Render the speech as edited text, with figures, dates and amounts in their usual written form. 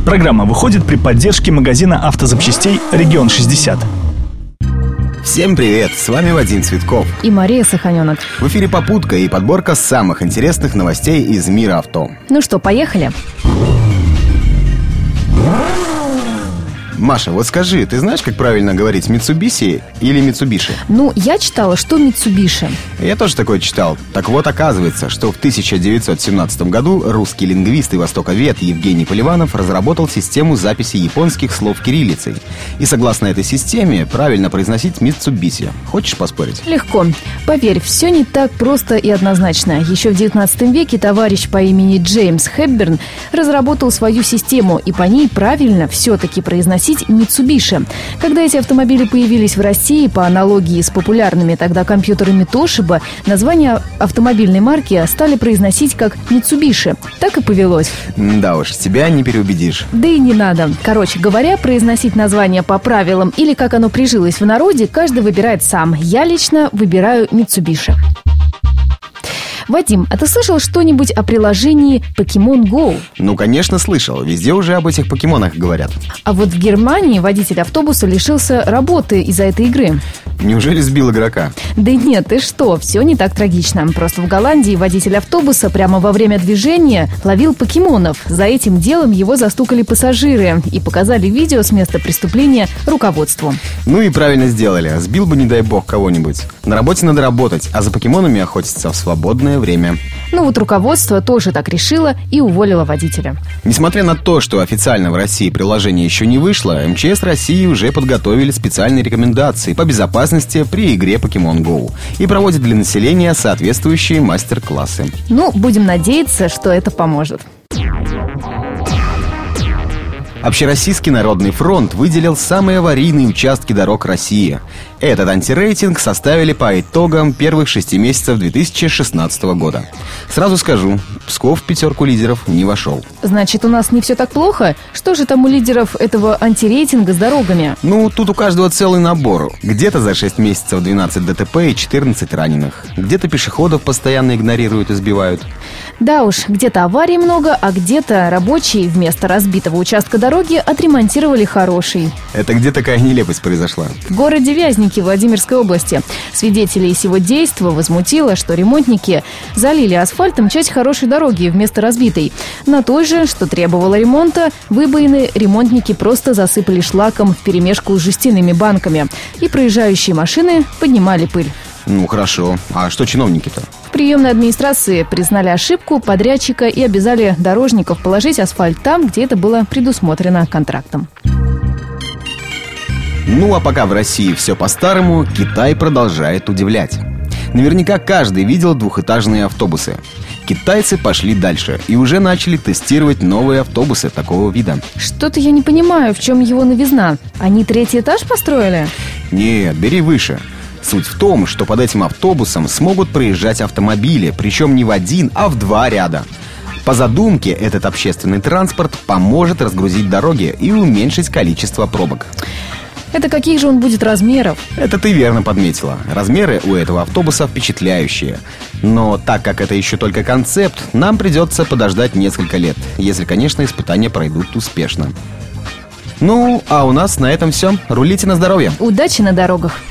Программа выходит при поддержке магазина автозапчастей «Регион 60». Всем привет! С вами Вадим Цветков и Мария Саханенок. В эфире «Попутка» и подборка самых интересных новостей из мира авто. Ну что, поехали? Маша, вот скажи, ты знаешь, как правильно говорить, Mitsubishi или Mitsubishi? Ну, я читала, что Mitsubishi. Я тоже такое читал. Так вот, оказывается, что в 1917 году русский лингвист и востоковед Евгений Поливанов разработал систему записи японских слов кириллицей. И согласно этой системе, правильно произносить Mitsubishi. Хочешь поспорить? Легко. Поверь, все не так просто и однозначно. Еще в 19 веке товарищ по имени Джеймс Хепберн разработал свою систему, и по ней правильно все-таки произносить Mitsubishi. Когда эти автомобили появились в России, по аналогии с популярными тогда компьютерами Toshiba, название автомобильной марки стали произносить как Mitsubishi. Так и повелось. Да уж, тебя не переубедишь. Да и не надо. Короче говоря, произносить название по правилам или как оно прижилось в народе, каждый выбирает сам. Я лично выбираю Mitsubishi. Вадим, а ты слышал что-нибудь о приложении Pokemon Go? Ну, конечно, слышал. Везде уже об этих покемонах говорят. А вот в Германии водитель автобуса лишился работы из-за этой игры. Неужели сбил игрока? Да нет, ты что, все не так трагично. Просто в Голландии водитель автобуса прямо во время движения ловил покемонов. За этим делом его застукали пассажиры и показали видео с места преступления руководству. Ну и правильно сделали. Сбил бы, не дай бог, кого-нибудь. На работе надо работать, а за покемонами охотиться в свободное время. Ну вот руководство тоже так решило и уволило водителя. Несмотря на то, что официально в России приложение еще не вышло, МЧС России уже подготовили специальные рекомендации по безопасности при игре Pokemon Go и проводят для населения соответствующие мастер-классы. Ну, будем надеяться, что это поможет. Общероссийский народный фронт выделил самые аварийные участки дорог России. Этот антирейтинг составили по итогам первых 6 месяцев 2016 года. Сразу скажу, Псков в пятерку лидеров не вошел. Значит, у нас не все так плохо? Что же там у лидеров этого антирейтинга с дорогами? Ну, тут у каждого целый набор. Где-то за 6 месяцев 12 ДТП и 14 раненых. Где-то пешеходов постоянно игнорируют и сбивают. Да уж, где-то аварий много, а где-то рабочие вместо разбитого участка дороги отремонтировали хороший. Это где такая нелепость произошла? В городе Вязники Владимирской области. Свидетелей сего действа возмутило, что ремонтники залили асфальтом часть хорошей дороги вместо разбитой. На той же, что требовало ремонта, выбоины ремонтники просто засыпали шлаком вперемешку с жестяными банками. И проезжающие машины поднимали пыль. Ну, хорошо. А что чиновники-то? В приемной администрации признали ошибку подрядчика и обязали дорожников положить асфальт там, где это было предусмотрено контрактом. Ну, а пока в России все по-старому, Китай продолжает удивлять. Наверняка каждый видел двухэтажные автобусы. Китайцы пошли дальше и уже начали тестировать новые автобусы такого вида. Что-то я не понимаю, в чем его новизна. Они 3-й этаж построили? Нет, бери выше. Суть в том, что под этим автобусом смогут проезжать автомобили, причем не в 1, а в 2 ряда. По задумке, этот общественный транспорт поможет разгрузить дороги и уменьшить количество пробок. Это каких же он будет размеров? Это ты верно подметила. Размеры у этого автобуса впечатляющие. Но так как это еще только концепт, нам придется подождать несколько лет. Если, конечно, испытания пройдут успешно. Ну, а у нас на этом все. Рулите на здоровье. Удачи на дорогах.